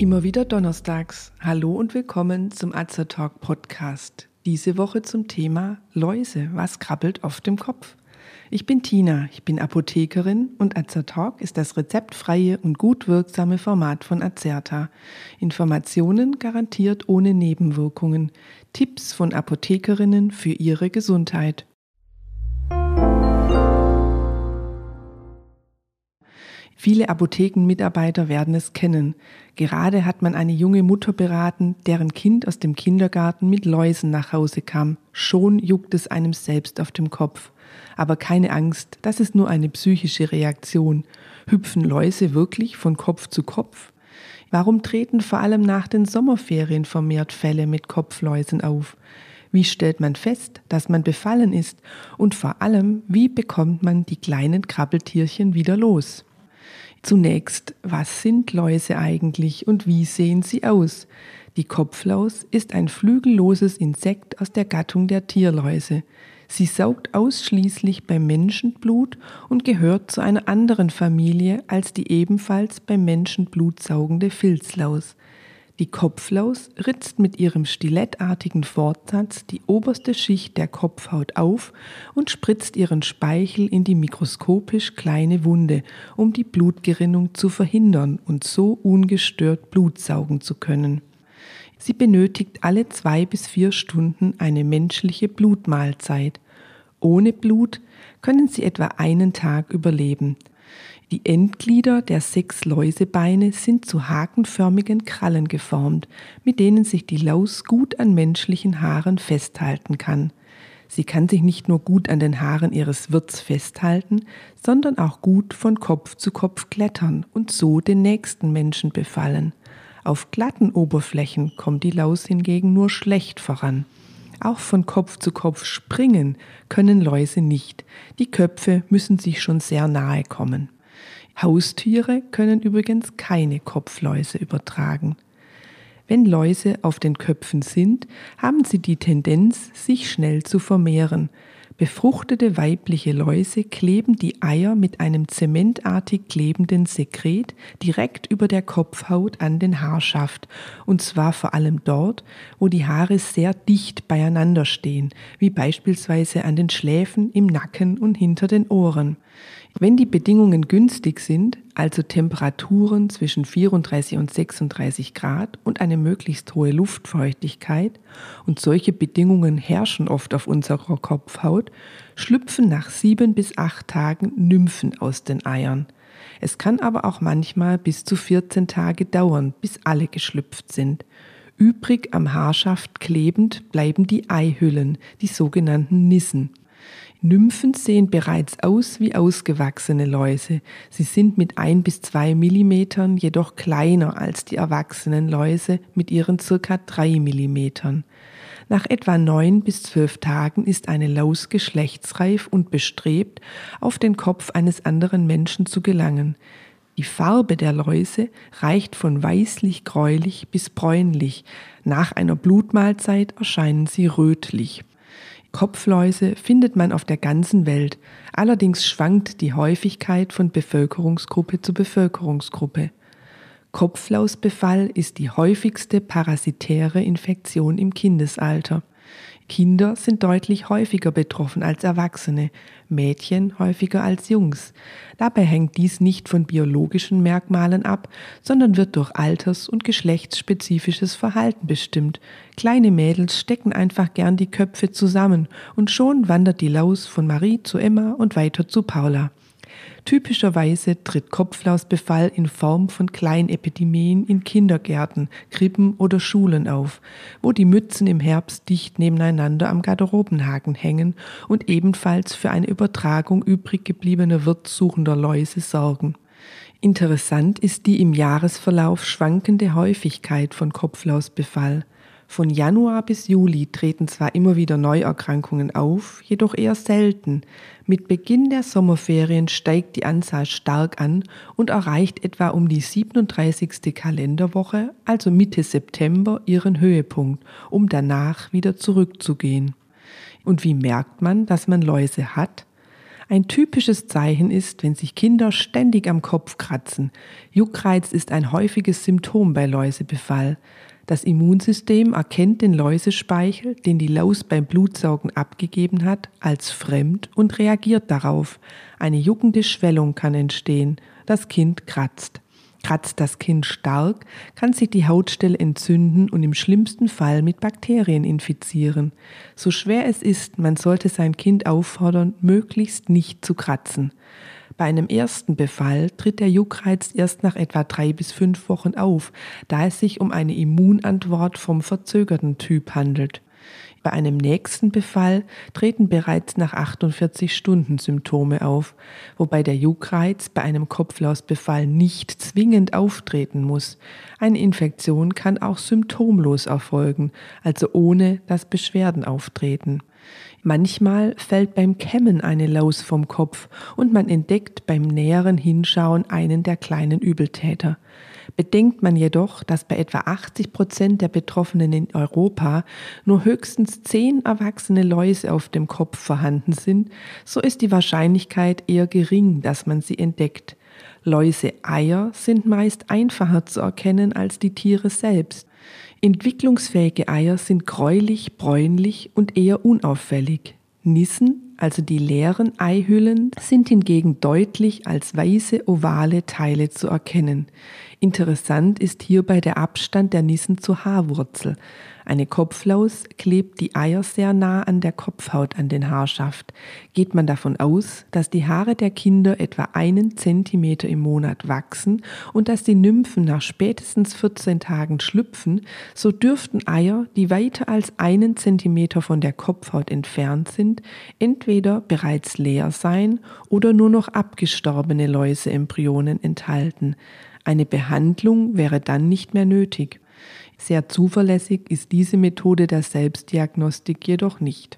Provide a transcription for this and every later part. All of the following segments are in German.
Immer wieder donnerstags. Hallo und willkommen zum Azertalk Podcast. Diese Woche zum Thema Läuse. Was krabbelt auf dem Kopf? Ich bin Tina, ich bin Apothekerin und Azertalk ist das rezeptfreie und gut wirksame Format von Azerta. Informationen garantiert ohne Nebenwirkungen. Tipps von Apothekerinnen für ihre Gesundheit. Viele Apothekenmitarbeiter werden es kennen. Gerade hat man eine junge Mutter beraten, deren Kind aus dem Kindergarten mit Läusen nach Hause kam. Schon juckt es einem selbst auf dem Kopf. Aber keine Angst, das ist nur eine psychische Reaktion. Hüpfen Läuse wirklich von Kopf zu Kopf? Warum treten vor allem nach den Sommerferien vermehrt Fälle mit Kopfläusen auf? Wie stellt man fest, dass man befallen ist? Und vor allem, wie bekommt man die kleinen Krabbeltierchen wieder los? Zunächst, was sind Läuse eigentlich und wie sehen sie aus? Die Kopflaus ist ein flügelloses Insekt aus der Gattung der Tierläuse. Sie saugt ausschließlich beim Menschen Blut und gehört zu einer anderen Familie als die ebenfalls beim Menschen Blut saugende Filzlaus. Die Kopflaus ritzt mit ihrem stilettartigen Fortsatz die oberste Schicht der Kopfhaut auf und spritzt ihren Speichel in die mikroskopisch kleine Wunde, um die Blutgerinnung zu verhindern und so ungestört Blut saugen zu können. Sie benötigt alle 2 bis 4 Stunden eine menschliche Blutmahlzeit. Ohne Blut können sie etwa einen Tag überleben. Die Endglieder der 6 Läusebeine sind zu hakenförmigen Krallen geformt, mit denen sich die Laus gut an menschlichen Haaren festhalten kann. Sie kann sich nicht nur gut an den Haaren ihres Wirts festhalten, sondern auch gut von Kopf zu Kopf klettern und so den nächsten Menschen befallen. Auf glatten Oberflächen kommt die Laus hingegen nur schlecht voran. Auch von Kopf zu Kopf springen können Läuse nicht. Die Köpfe müssen sich schon sehr nahe kommen. Haustiere können übrigens keine Kopfläuse übertragen. Wenn Läuse auf den Köpfen sind, haben sie die Tendenz, sich schnell zu vermehren. Befruchtete weibliche Läuse kleben die Eier mit einem zementartig klebenden Sekret direkt über der Kopfhaut an den Haarschaft, und zwar vor allem dort, wo die Haare sehr dicht beieinander stehen, wie beispielsweise an den Schläfen, im Nacken und hinter den Ohren. Wenn die Bedingungen günstig sind, also Temperaturen zwischen 34 und 36 Grad und eine möglichst hohe Luftfeuchtigkeit, und solche Bedingungen herrschen oft auf unserer Kopfhaut, schlüpfen nach 7 bis 8 Tagen Nymphen aus den Eiern. Es kann aber auch manchmal bis zu 14 Tage dauern, bis alle geschlüpft sind. Übrig am Haarschaft klebend bleiben die Eihüllen, die sogenannten Nissen. Nymphen sehen bereits aus wie ausgewachsene Läuse. Sie sind mit 1 bis 2 Millimetern jedoch kleiner als die erwachsenen Läuse mit ihren ca. 3 Millimetern. Nach etwa 9 bis 12 Tagen ist eine Laus geschlechtsreif und bestrebt, auf den Kopf eines anderen Menschen zu gelangen. Die Farbe der Läuse reicht von weißlich-gräulich bis bräunlich. Nach einer Blutmahlzeit erscheinen sie rötlich. Kopfläuse findet man auf der ganzen Welt, allerdings schwankt die Häufigkeit von Bevölkerungsgruppe zu Bevölkerungsgruppe. Kopflausbefall ist die häufigste parasitäre Infektion im Kindesalter. Kinder sind deutlich häufiger betroffen als Erwachsene, Mädchen häufiger als Jungs. Dabei hängt dies nicht von biologischen Merkmalen ab, sondern wird durch alters- und geschlechtsspezifisches Verhalten bestimmt. Kleine Mädels stecken einfach gern die Köpfe zusammen und schon wandert die Laus von Marie zu Emma und weiter zu Paula. Typischerweise tritt Kopflausbefall in Form von Kleinepidemien in Kindergärten, Krippen oder Schulen auf, wo die Mützen im Herbst dicht nebeneinander am Garderobenhaken hängen und ebenfalls für eine Übertragung übrig gebliebener wirtssuchender Läuse sorgen. Interessant ist die im Jahresverlauf schwankende Häufigkeit von Kopflausbefall. Von Januar bis Juli treten zwar immer wieder Neuerkrankungen auf, jedoch eher selten. Mit Beginn der Sommerferien steigt die Anzahl stark an und erreicht etwa um die 37. Kalenderwoche, also Mitte September, ihren Höhepunkt, um danach wieder zurückzugehen. Und wie merkt man, dass man Läuse hat? Ein typisches Zeichen ist, wenn sich Kinder ständig am Kopf kratzen. Juckreiz ist ein häufiges Symptom bei Läusebefall. Das Immunsystem erkennt den Läusespeichel, den die Laus beim Blutsaugen abgegeben hat, als fremd und reagiert darauf. Eine juckende Schwellung kann entstehen. Das Kind kratzt. Kratzt das Kind stark, kann sich die Hautstelle entzünden und im schlimmsten Fall mit Bakterien infizieren. So schwer es ist, man sollte sein Kind auffordern, möglichst nicht zu kratzen. Bei einem ersten Befall tritt der Juckreiz erst nach etwa 3 bis 5 Wochen auf, da es sich um eine Immunantwort vom verzögerten Typ handelt. Bei einem nächsten Befall treten bereits nach 48 Stunden Symptome auf, wobei der Juckreiz bei einem Kopflausbefall nicht zwingend auftreten muss. Eine Infektion kann auch symptomlos erfolgen, also ohne dass Beschwerden auftreten. Manchmal fällt beim Kämmen eine Laus vom Kopf und man entdeckt beim näheren Hinschauen einen der kleinen Übeltäter. Bedenkt man jedoch, dass bei etwa 80% der Betroffenen in Europa nur höchstens 10 erwachsene Läuse auf dem Kopf vorhanden sind, so ist die Wahrscheinlichkeit eher gering, dass man sie entdeckt. Läuse-Eier sind meist einfacher zu erkennen als die Tiere selbst. Entwicklungsfähige Eier sind gräulich, bräunlich und eher unauffällig. Nissen, also die leeren Eihüllen, sind hingegen deutlich als weiße, ovale Teile zu erkennen. Interessant ist hierbei der Abstand der Nissen zur Haarwurzel. Eine Kopflaus klebt die Eier sehr nah an der Kopfhaut an den Haarschaft. Geht man davon aus, dass die Haare der Kinder etwa 1 Zentimeter im Monat wachsen und dass die Nymphen nach spätestens 14 Tagen schlüpfen, so dürften Eier, die weiter als 1 Zentimeter von der Kopfhaut entfernt sind, entweder bereits leer sein oder nur noch abgestorbene Läuseembryonen enthalten. Eine Behandlung wäre dann nicht mehr nötig. Sehr zuverlässig ist diese Methode der Selbstdiagnostik jedoch nicht.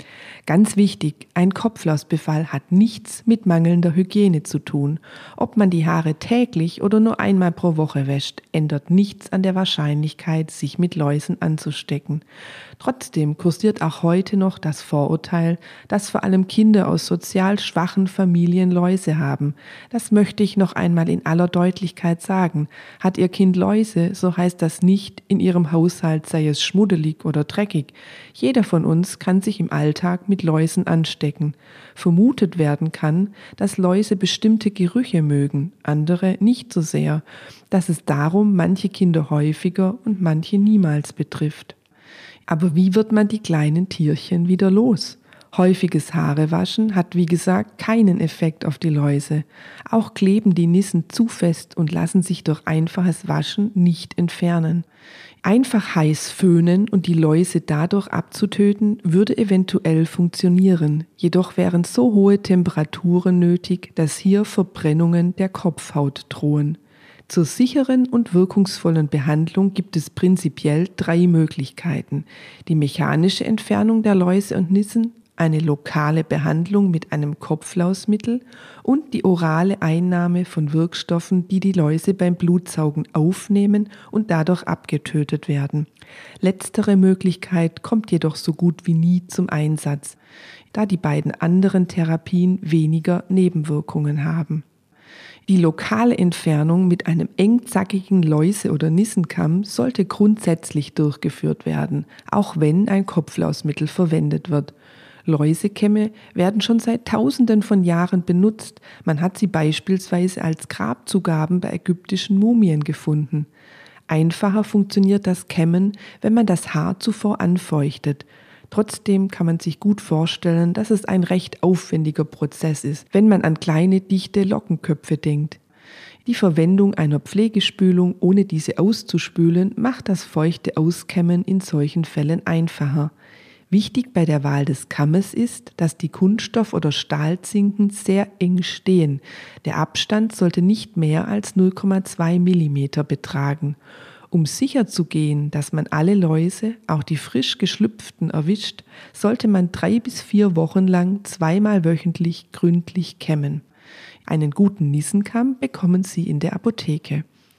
Ganz wichtig, ein Kopflausbefall hat nichts mit mangelnder Hygiene zu tun. Ob man die Haare täglich oder nur einmal pro Woche wäscht, ändert nichts an der Wahrscheinlichkeit, sich mit Läusen anzustecken. Trotzdem kursiert auch heute noch das Vorurteil, dass vor allem Kinder aus sozial schwachen Familien Läuse haben. Das möchte ich noch einmal in aller Deutlichkeit sagen. Hat Ihr Kind Läuse, so heißt das nicht, in Ihrem Haushalt sei es schmuddelig oder dreckig. Jeder von uns kann sich im Alltag mit Läusen anstecken. Vermutet werden kann, dass Läuse bestimmte Gerüche mögen, andere nicht so sehr, dass es darum manche Kinder häufiger und manche niemals betrifft. Aber wie wird man die kleinen Tierchen wieder los? Häufiges Haarewaschen hat wie gesagt keinen Effekt auf die Läuse. Auch kleben die Nissen zu fest und lassen sich durch einfaches Waschen nicht entfernen. Einfach heiß föhnen und die Läuse dadurch abzutöten, würde eventuell funktionieren. Jedoch wären so hohe Temperaturen nötig, dass hier Verbrennungen der Kopfhaut drohen. Zur sicheren und wirkungsvollen Behandlung gibt es prinzipiell 3 Möglichkeiten: die mechanische Entfernung der Läuse und Nissen, eine lokale Behandlung mit einem Kopflausmittel und die orale Einnahme von Wirkstoffen, die die Läuse beim Blutsaugen aufnehmen und dadurch abgetötet werden. Letztere Möglichkeit kommt jedoch so gut wie nie zum Einsatz, da die beiden anderen Therapien weniger Nebenwirkungen haben. Die lokale Entfernung mit einem engzackigen Läuse- oder Nissenkamm sollte grundsätzlich durchgeführt werden, auch wenn ein Kopflausmittel verwendet wird. Läusekämme werden schon seit Tausenden von Jahren benutzt. Man hat sie beispielsweise als Grabzugaben bei ägyptischen Mumien gefunden. Einfacher funktioniert das Kämmen, wenn man das Haar zuvor anfeuchtet. Trotzdem kann man sich gut vorstellen, dass es ein recht aufwendiger Prozess ist, wenn man an kleine, dichte Lockenköpfe denkt. Die Verwendung einer Pflegespülung, ohne diese auszuspülen, macht das feuchte Auskämmen in solchen Fällen einfacher. Wichtig bei der Wahl des Kammes ist, dass die Kunststoff- oder Stahlzinken sehr eng stehen. Der Abstand sollte nicht mehr als 0,2 mm betragen. Um sicherzugehen, dass man alle Läuse, auch die frisch geschlüpften, erwischt, sollte man 3 bis 4 Wochen lang 2-mal wöchentlich gründlich kämmen. Einen guten Nissenkamm bekommen Sie in der Apotheke.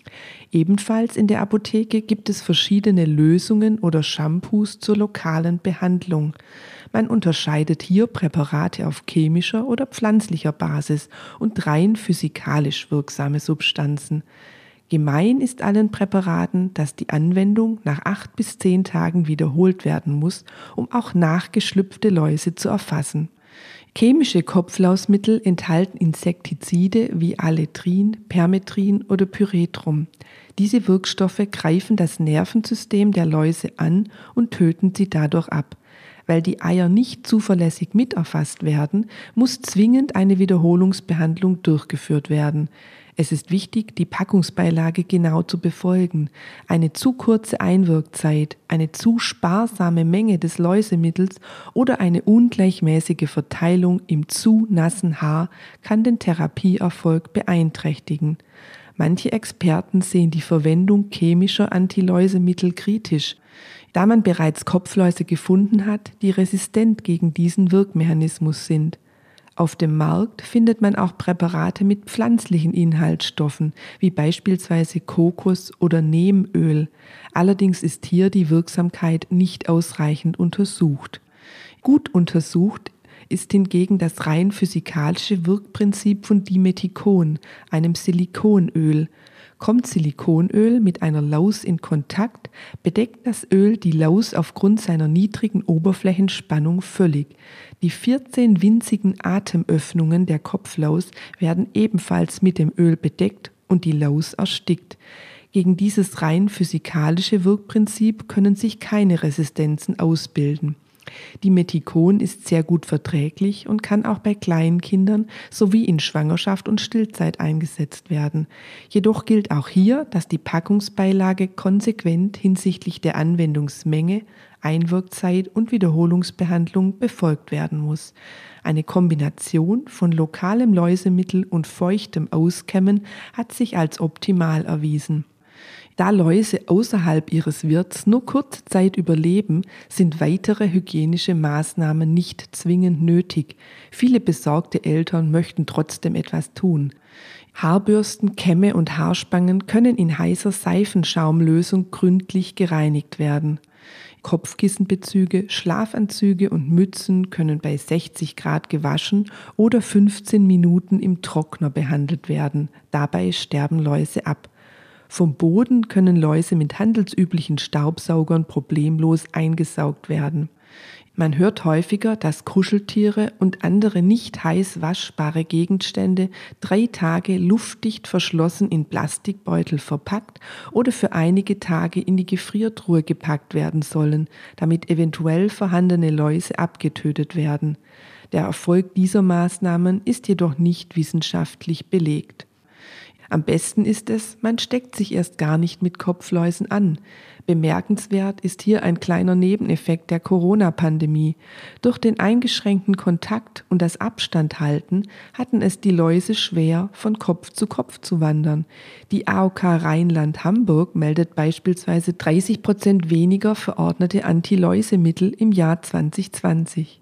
Ebenfalls in der Apotheke gibt es verschiedene Lösungen oder Shampoos zur lokalen Behandlung. Man unterscheidet hier Präparate auf chemischer oder pflanzlicher Basis und rein physikalisch wirksame Substanzen. Gemein ist allen Präparaten, dass die Anwendung nach 8 bis 10 Tagen wiederholt werden muss, um auch nachgeschlüpfte Läuse zu erfassen. Chemische Kopflausmittel enthalten Insektizide wie Aletrin, Permetrin oder Pyretrum. Diese Wirkstoffe greifen das Nervensystem der Läuse an und töten sie dadurch ab. Weil die Eier nicht zuverlässig miterfasst werden, muss zwingend eine Wiederholungsbehandlung durchgeführt werden. Es ist wichtig, die Packungsbeilage genau zu befolgen. Eine zu kurze Einwirkzeit, eine zu sparsame Menge des Läusemittels oder eine ungleichmäßige Verteilung im zu nassen Haar kann den Therapieerfolg beeinträchtigen. Manche Experten sehen die Verwendung chemischer Antiläusemittel kritisch, da man bereits Kopfläuse gefunden hat, die resistent gegen diesen Wirkmechanismus sind. Auf dem Markt findet man auch Präparate mit pflanzlichen Inhaltsstoffen, wie beispielsweise Kokos- oder Neemöl. Allerdings ist hier die Wirksamkeit nicht ausreichend untersucht. Gut untersucht ist hingegen das rein physikalische Wirkprinzip von Dimethicon, einem Silikonöl. Kommt Silikonöl mit einer Laus in Kontakt, bedeckt das Öl die Laus aufgrund seiner niedrigen Oberflächenspannung völlig. Die 14 winzigen Atemöffnungen der Kopflaus werden ebenfalls mit dem Öl bedeckt und die Laus erstickt. Gegen dieses rein physikalische Wirkprinzip können sich keine Resistenzen ausbilden. Dimethicon ist sehr gut verträglich und kann auch bei kleinen Kindern sowie in Schwangerschaft und Stillzeit eingesetzt werden. Jedoch gilt auch hier, dass die Packungsbeilage konsequent hinsichtlich der Anwendungsmenge, Einwirkzeit und Wiederholungsbehandlung befolgt werden muss. Eine Kombination von lokalem Läusemittel und feuchtem Auskämmen hat sich als optimal erwiesen. Da Läuse außerhalb ihres Wirts nur kurze Zeit überleben, sind weitere hygienische Maßnahmen nicht zwingend nötig. Viele besorgte Eltern möchten trotzdem etwas tun. Haarbürsten, Kämme und Haarspangen können in heißer Seifenschaumlösung gründlich gereinigt werden. Kopfkissenbezüge, Schlafanzüge und Mützen können bei 60 Grad gewaschen oder 15 Minuten im Trockner behandelt werden. Dabei sterben Läuse ab. Vom Boden können Läuse mit handelsüblichen Staubsaugern problemlos eingesaugt werden. Man hört häufiger, dass Kuscheltiere und andere nicht heiß waschbare Gegenstände 3 Tage luftdicht verschlossen in Plastikbeutel verpackt oder für einige Tage in die Gefriertruhe gepackt werden sollen, damit eventuell vorhandene Läuse abgetötet werden. Der Erfolg dieser Maßnahmen ist jedoch nicht wissenschaftlich belegt. Am besten ist es, man steckt sich erst gar nicht mit Kopfläusen an. Bemerkenswert ist hier ein kleiner Nebeneffekt der Corona-Pandemie. Durch den eingeschränkten Kontakt und das Abstandhalten hatten es die Läuse schwer, von Kopf zu wandern. Die AOK Rheinland-Hamburg meldet beispielsweise 30% weniger verordnete Antiläusemittel im Jahr 2020.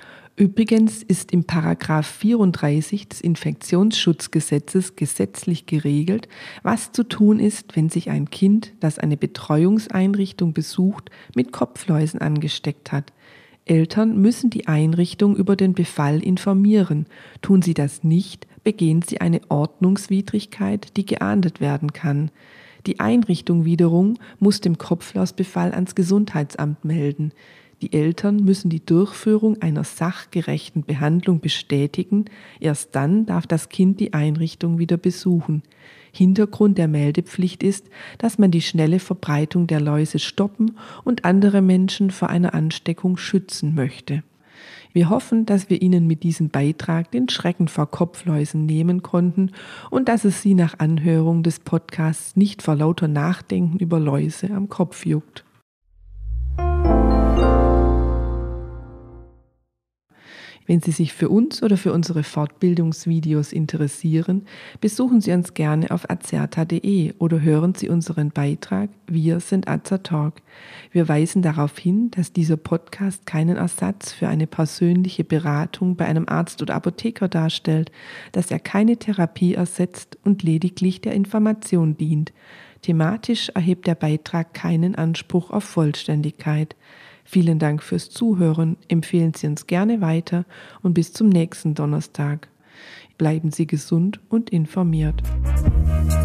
Übrigens ist im § 34 des Infektionsschutzgesetzes gesetzlich geregelt, was zu tun ist, wenn sich ein Kind, das eine Betreuungseinrichtung besucht, mit Kopfläusen angesteckt hat. Eltern müssen die Einrichtung über den Befall informieren. Tun sie das nicht, begehen sie eine Ordnungswidrigkeit, die geahndet werden kann. Die Einrichtung wiederum muss den Kopflausbefall ans Gesundheitsamt melden. Die Eltern müssen die Durchführung einer sachgerechten Behandlung bestätigen. Erst dann darf das Kind die Einrichtung wieder besuchen. Hintergrund der Meldepflicht ist, dass man die schnelle Verbreitung der Läuse stoppen und andere Menschen vor einer Ansteckung schützen möchte. Wir hoffen, dass wir Ihnen mit diesem Beitrag den Schrecken vor Kopfläusen nehmen konnten und dass es Sie nach Anhörung des Podcasts nicht vor lauter Nachdenken über Läuse am Kopf juckt. Wenn Sie sich für uns oder für unsere Fortbildungsvideos interessieren, besuchen Sie uns gerne auf azerta.de oder hören Sie unseren Beitrag Wir sind Azertalk. Wir weisen darauf hin, dass dieser Podcast keinen Ersatz für eine persönliche Beratung bei einem Arzt oder Apotheker darstellt, dass er keine Therapie ersetzt und lediglich der Information dient. Thematisch erhebt der Beitrag keinen Anspruch auf Vollständigkeit. Vielen Dank fürs Zuhören, empfehlen Sie uns gerne weiter und bis zum nächsten Donnerstag. Bleiben Sie gesund und informiert.